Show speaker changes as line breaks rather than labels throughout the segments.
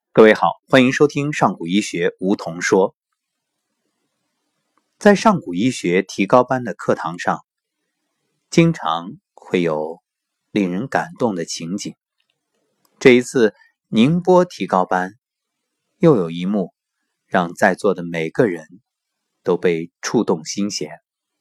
各位好，欢迎收听上古医学梧桐说。在上古医学提高班的课堂上，经常会有令人感动的情景。这一次宁波提高班又有一幕让在座的每个人都被触动心弦。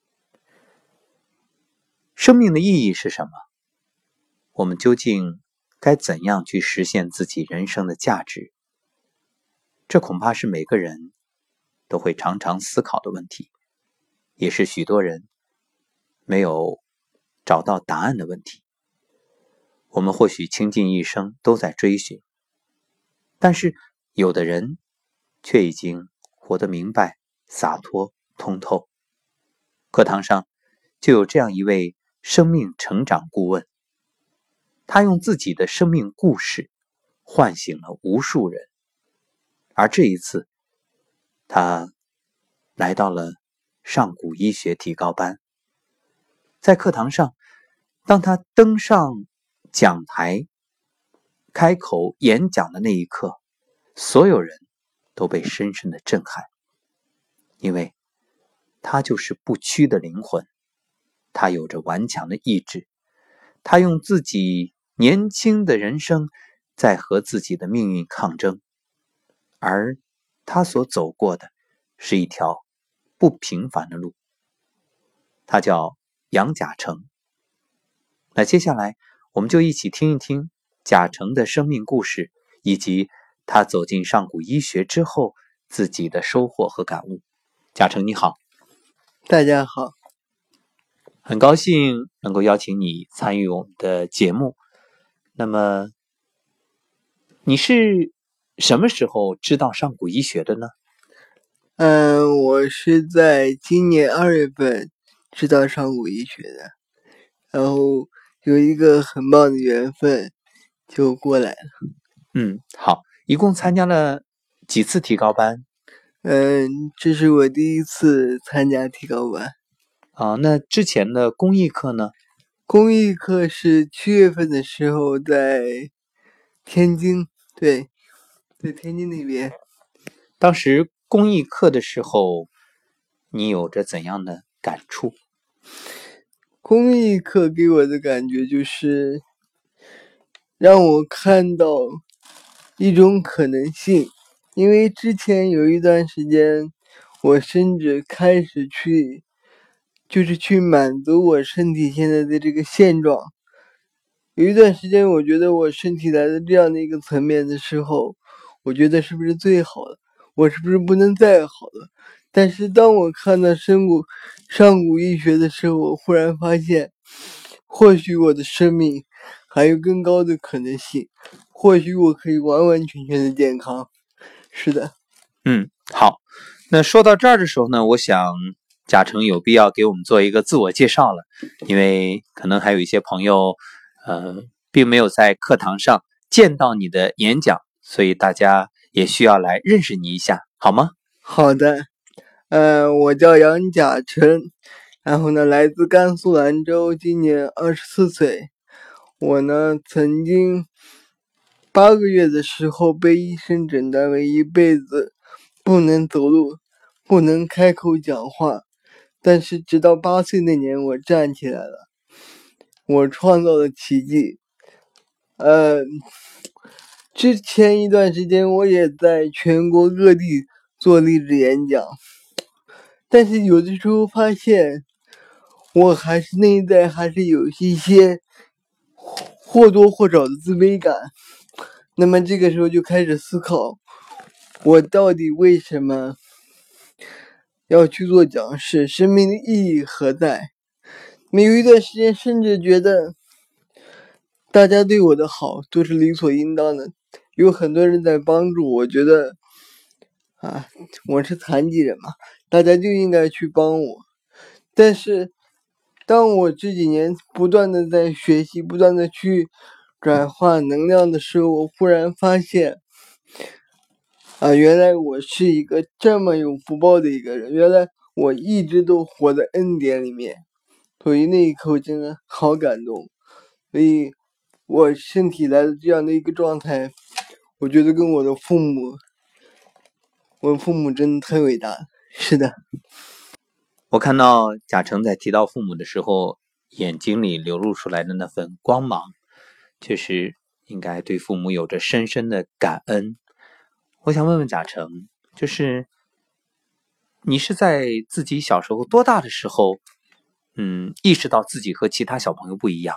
生命的意义是什么？我们究竟该怎样去实现自己人生的价值？这恐怕是每个人都会常常思考的问题，也是许多人没有找到答案的问题。我们或许倾尽一生都在追寻，但是有的人却已经活得明白、洒脱、通透。课堂上就有这样一位生命成长顾问，他用自己的生命故事唤醒了无数人。而这一次，他来到了上古医学提高班。在课堂上，当他登上讲台开口演讲的那一刻，所有人都被深深的震撼，因为他就是不屈的灵魂，他有着顽强的意志，他用自己年轻的人生在和自己的命运抗争，而他所走过的是一条不平凡的路。他叫杨甲成。那接下来我们就一起听一听甲成的生命故事，以及他走进上古医学之后自己的收获和感悟。甲成你好。
大家好。
很高兴能够邀请你参与我们的节目。那么你是什么时候知道上古医学的呢？
我是在今年2月份知道上古医学的，然后有一个很棒的缘分就过来了。
好，一共参加了几次提高班？
这是我第一次参加提高班。
那之前的公益课呢？
公益课是7月份的时候在天津，对，在天津那边。
当时公益课的时候，你有着怎样的感触？
公益课给我的感觉就是让我看到一种可能性，因为之前有一段时间，我甚至开始去满足我身体现在的这个现状。有一段时间，我觉得我身体来到这样的一个层面的时候，我觉得是不是最好了？我是不是不能再好了？但是当我看到上古医学的时候，我忽然发现，或许我的生命还有更高的可能性，或许我可以完完全全的健康。是的。
好。那说到这儿的时候呢，我想甲成有必要给我们做一个自我介绍了，因为可能还有一些朋友并没有在课堂上见到你的演讲，所以大家也需要来认识你一下，好吗？
好的。我叫杨甲成，然后呢来自甘肃兰州，今年24岁。我呢曾经8个月的时候被医生诊断为一辈子不能走路，不能开口讲话，但是直到8岁那年我站起来了，我创造了奇迹。之前一段时间我也在全国各地做励志演讲，但是有的时候发现我还是内在还是有一些或多或少的自卑感。那么这个时候就开始思考，我到底为什么要去做讲师，生命的意义何在？有一段时间甚至觉得大家对我的好都是理所应当的，有很多人在帮助我，觉得我是残疾人嘛，大家就应该去帮我。但是当我这几年不断的在学习，不断的去转化能量的时候，我忽然发现原来我是一个这么有福报的一个人，原来我一直都活在恩典里面。所以那一刻我真的好感动，所以我身体来的这样的一个状态， 我觉得跟我父母真的太伟大了。是的。
我看到贾成在提到父母的时候，眼睛里流露出来的那份光芒，确实应该对父母有着深深的感恩。我想问问贾成，就是你是在自己小时候多大的时候，意识到自己和其他小朋友不一样？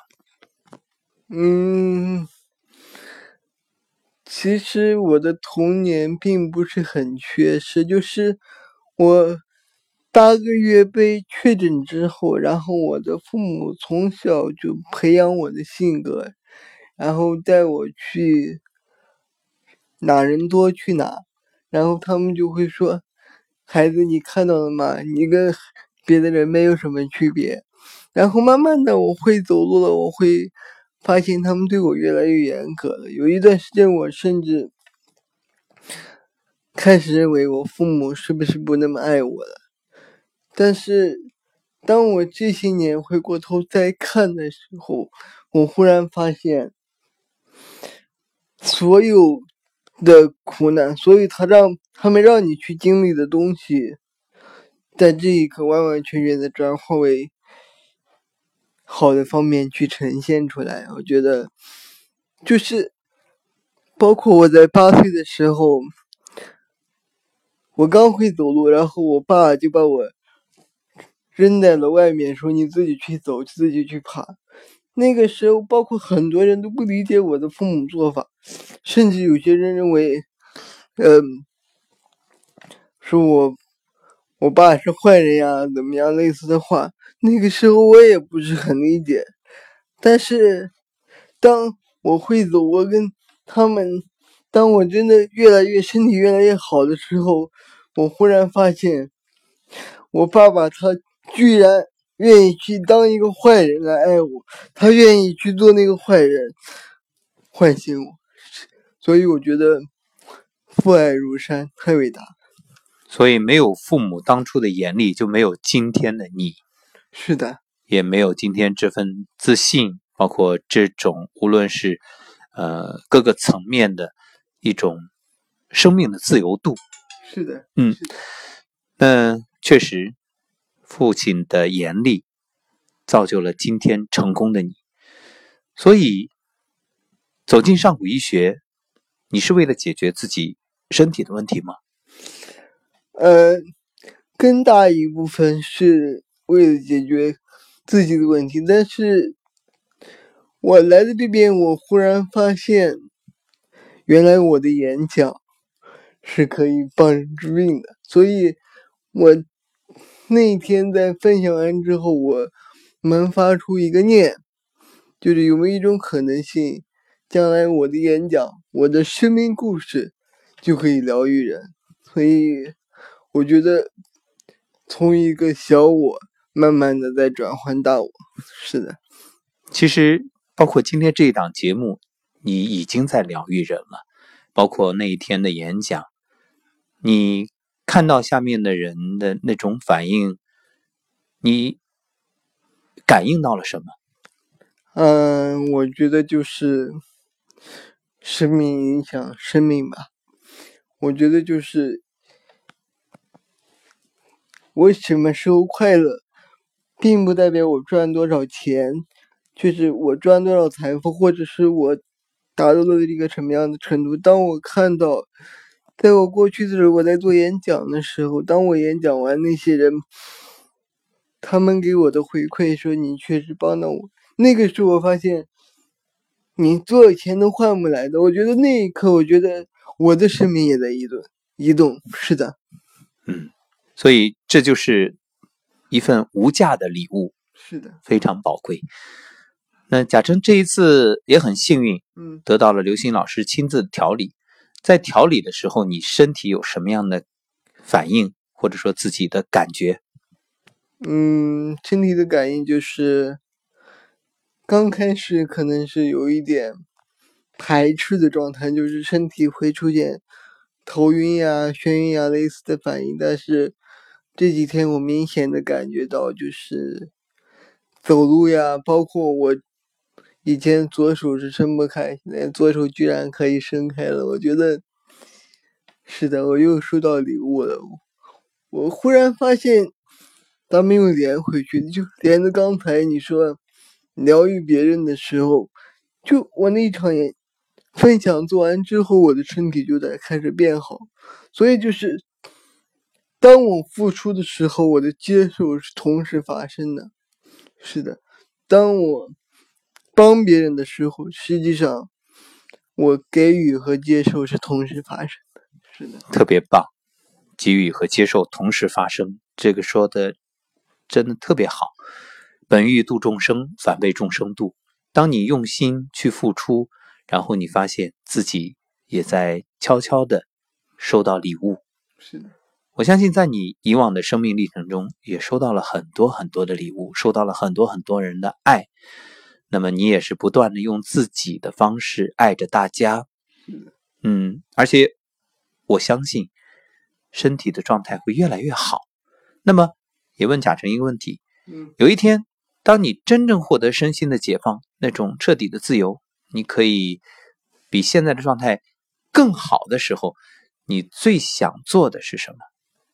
其实我的童年并不是很缺失，就是我8个月被确诊之后，然后我的父母从小就培养我的性格，然后带我去哪人多去哪，然后他们就会说：孩子，你看到了吗？你跟别的人没有什么区别。然后慢慢的我会走路了，我会发现他们对我越来越严格了。有一段时间我甚至开始认为我父母是不是不那么爱我了。但是当我这些年回过头再看的时候，我忽然发现所有的苦难，所以他们让你去经历的东西，在这一刻完完全全的转化为好的方面去呈现出来。我觉得就是包括我在8岁的时候，我刚会走路，然后我爸就把我扔在了外面，说你自己去走，自己去爬。那个时候包括很多人都不理解我的父母做法，甚至有些人认为说我爸是坏人呀，怎么样类似的话。那个时候我也不是很理解，但是当我会走，我跟他们，当我真的身体越来越好的时候，我忽然发现我爸爸他居然愿意去当一个坏人来爱我，他愿意去做那个坏人唤醒我。所以我觉得父爱如山，太伟大。
所以没有父母当初的严厉，就没有今天的你。
是的，
也没有今天这份自信，包括这种无论是各个层面的一种生命的自由度。
是的，
那确实，父亲的严厉造就了今天成功的你。所以走进上古医学，你是为了解决自己身体的问题吗？
更大一部分是为了解决自己的问题，但是我来到这边，我忽然发现，原来我的演讲是可以帮人治病的。所以我那天在分享完之后，我萌发出一个念，就是有没有一种可能性，将来我的演讲，我的生命故事就可以疗愈人。所以我觉得从一个小我慢慢的在转换大我。是的，
其实包括今天这一档节目，你已经在疗愈人了。包括那一天的演讲，你看到下面的人的那种反应，你感应到了什么？
我觉得就是生命影响生命吧。我觉得就是我什么时候快乐，并不代表我赚多少钱，就是我赚多少财富，或者是我达到了一个什么样的程度。当我看到，在我过去的时候，我在做演讲的时候，当我演讲完，那些人他们给我的回馈说你确实帮到我，那个时候我发现你多少钱都换不来的。我觉得那一刻，我觉得我的生命也在移动。是的，
所以这就是一份无价的礼物，
是的，
非常宝贵。那贾成这一次也很幸运，得到了刘星老师亲自调理。在调理的时候，你身体有什么样的反应，或者说自己的感觉？
身体的感应就是刚开始可能是有一点排斥的状态，就是身体会出现头晕呀、眩晕呀类似的反应。但是这几天我明显的感觉到，就是走路呀，包括我以前左手是伸不开，现在左手居然可以伸开了。我觉得是的，我又收到礼物了。我忽然发现咱们又连回去，就连着刚才你说疗愈别人的时候，就我那场分享做完之后，我的身体就在开始变好。所以就是当我付出的时候，我的接受是同时发生的。是的，当我帮别人的时候，实际上我给予和接受是同时发生的。是的，
特别棒，给予和接受同时发生，这个说的真的特别好。本欲度众生，反被众生度。当你用心去付出，然后你发现自己也在悄悄的收到礼物。
是的，
我相信在你以往的生命历程中，也收到了很多很多的礼物，收到了很多很多人的爱。那么你也是不断的用自己的方式爱着大家。而且我相信身体的状态会越来越好。那么也问贾成一个问题，有一天当你真正获得身心的解放，那种彻底的自由，你可以比现在的状态更好的时候，你最想做的是什么？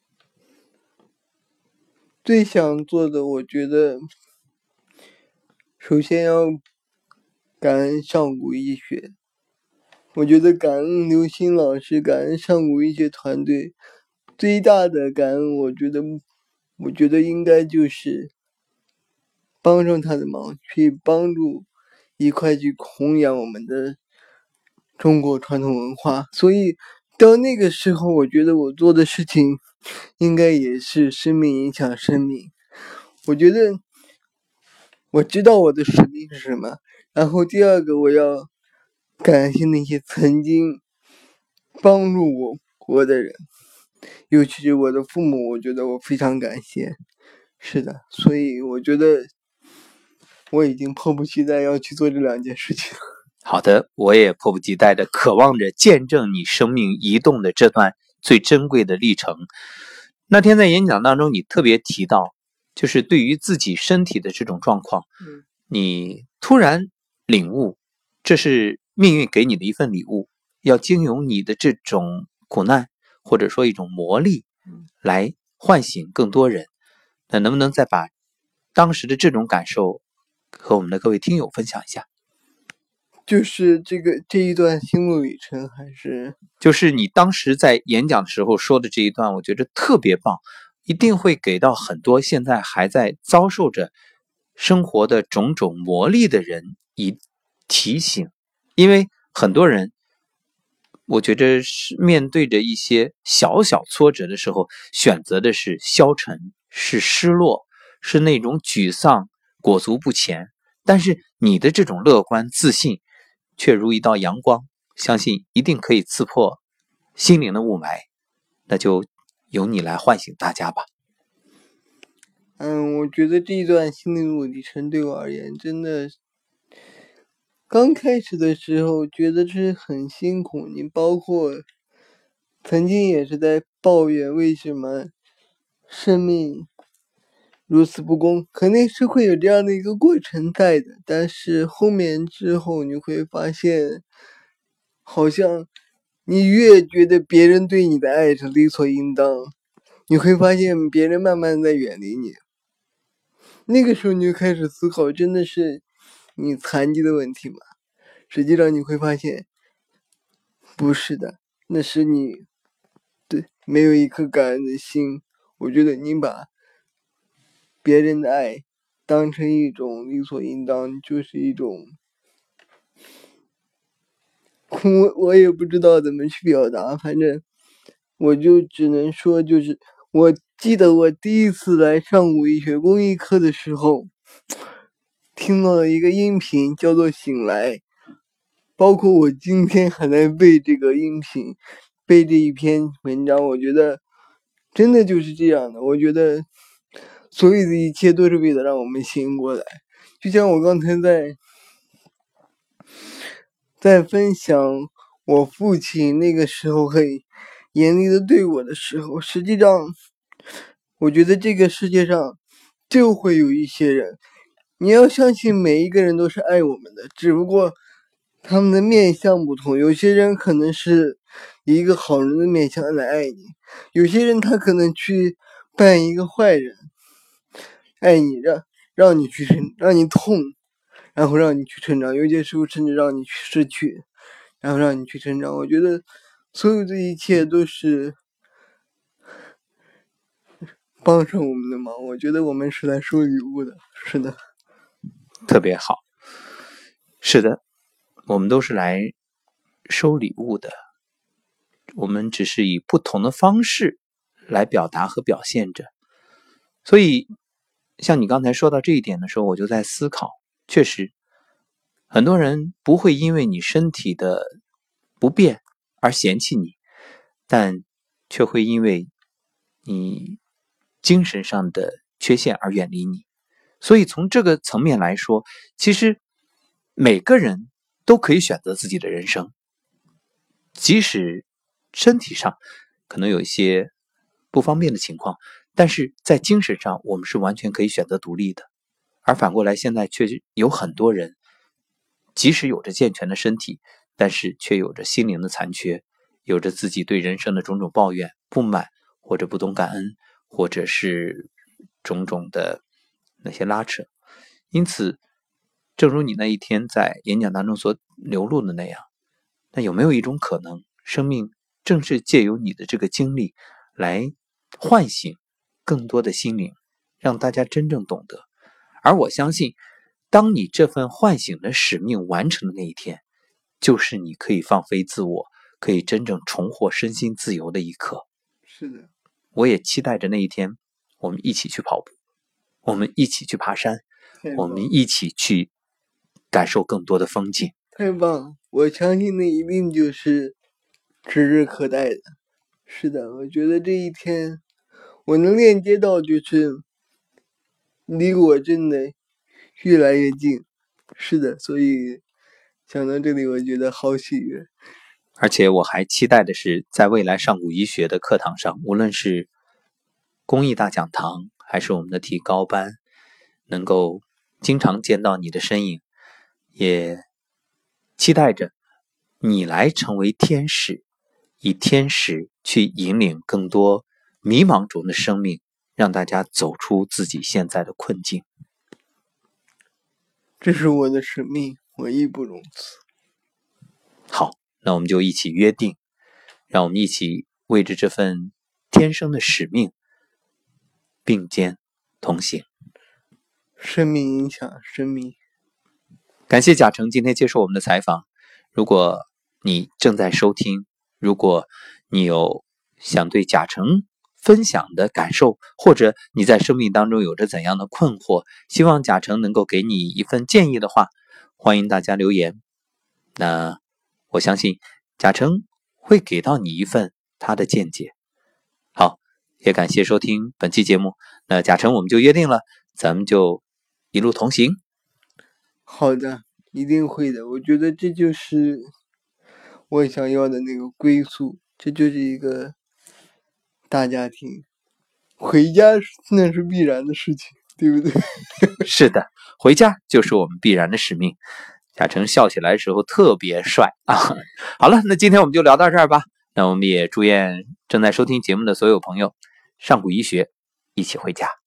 最想做的，我觉得首先要感恩上古医学。我觉得感恩刘星老师，感恩上古医学团队，最大的感恩，我觉得应该就是帮上他的忙，去帮助一块去弘扬我们的中国传统文化。所以到那个时候，我觉得我做的事情应该也是生命影响生命。我觉得我知道我的使命是什么。然后第二个，我要感谢那些曾经帮助我的人，尤其是我的父母，我觉得我非常感谢。是的，所以我觉得我已经迫不及待要去做这两件事情。
好的，我也迫不及待的渴望着见证你生命移动的这段最珍贵的历程。那天在演讲当中，你特别提到，就是对于自己身体的这种状况，你突然领悟，这是命运给你的一份礼物，要经由你的这种苦难，或者说一种磨砺，来唤醒更多人。那能不能再把当时的这种感受和我们的各位听友分享一下？
就是这一段心路历程，还是
就是你当时在演讲的时候说的这一段，我觉得特别棒，一定会给到很多现在还在遭受着生活的种种磨砺的人以提醒。因为很多人我觉得是面对着一些小小挫折的时候，选择的是消沉，是失落，是那种沮丧，裹足不前。但是你的这种乐观自信却如一道阳光，相信一定可以刺破心灵的雾霾。那就由你来唤醒大家吧。
我觉得这一段心路历程对我而言，真的刚开始的时候觉得是很辛苦，你包括曾经也是在抱怨为什么生命如此不公，肯定是会有这样的一个过程在的。但是后面之后你会发现，好像你越觉得别人对你的爱是理所应当，你会发现别人慢慢在远离你。那个时候你就开始思考，真的是你残疾的问题吗？实际上你会发现不是的，那是你没有一颗感恩的心。我觉得你把别人的爱当成一种理所应当，就是一种我也不知道怎么去表达，反正我就只能说，就是我记得我第一次来上古医学公益课的时候，听到了一个音频叫做《醒来》，包括我今天还在背这个音频，背这一篇文章，我觉得真的就是这样的。我觉得所有的一切都是为了让我们醒过来。就像我刚才在分享我父亲那个时候很严厉的对我的时候，实际上我觉得这个世界上就会有一些人你要相信每一个人都是爱我们的，只不过他们的面相不同，有些人可能是以一个好人的面相来爱你，有些人他可能去扮一个坏人，爱你，让你痛，然后让你去成长，有些时候甚至让你去失去，然后让你去成长。我觉得所有的一切都是帮上我们的忙，我觉得我们是来收礼物的。是的，
特别好。是的，我们都是来收礼物的，我们只是以不同的方式来表达和表现着。所以像你刚才说到这一点的时候，我就在思考，确实很多人不会因为你身体的不便而嫌弃你，但却会因为你精神上的缺陷而远离你。所以从这个层面来说，其实每个人都可以选择自己的人生，即使身体上可能有一些不方便的情况，但是在精神上我们是完全可以选择独立的。而反过来，现在却有很多人即使有着健全的身体，但是却有着心灵的残缺，有着自己对人生的种种抱怨、不满，或者不懂感恩，或者是种种的那些拉扯。因此正如你那一天在演讲当中所流露的那样，那有没有一种可能，生命正是借由你的这个经历来唤醒更多的心灵，让大家真正懂得。而我相信，当你这份唤醒的使命完成的那一天，就是你可以放飞自我，可以真正重获身心自由的一刻。
是的，
我也期待着那一天，我们一起去跑步，我们一起去爬山，我们一起去感受更多的风景。
太棒了，我相信那一定就是指日可待的。是的，我觉得这一天我能链接到，就是离我真的越来越近。是的，所以想到这里，我觉得好喜悦。
而且我还期待的是，在未来上古医学的课堂上，无论是公益大讲堂，还是我们的提高班，能够经常见到你的身影，也期待着你来成为天使，以天使去引领更多迷茫中的生命，让大家走出自己现在的困境。
这是我的使命，我义不容辞。
好，那我们就一起约定，让我们一起为着这份天生的使命并肩同行。
生命影响生命。
感谢贾成今天接受我们的采访。如果你正在收听，如果你有想对贾成分享的感受，或者你在生命当中有着怎样的困惑，希望贾成能够给你一份建议的话，欢迎大家留言。那我相信贾成会给到你一份他的见解。好，也感谢收听本期节目。那贾成我们就约定了，咱们就一路同行。
好的，一定会的。我觉得这就是我想要的那个归宿，这就是一个大家庭。回家那是必然的事情，对不对？
是的，回家就是我们必然的使命。贾成笑起来的时候特别帅啊！好了，那今天我们就聊到这儿吧。那我们也祝愿正在收听节目的所有朋友，上古医学，一起回家。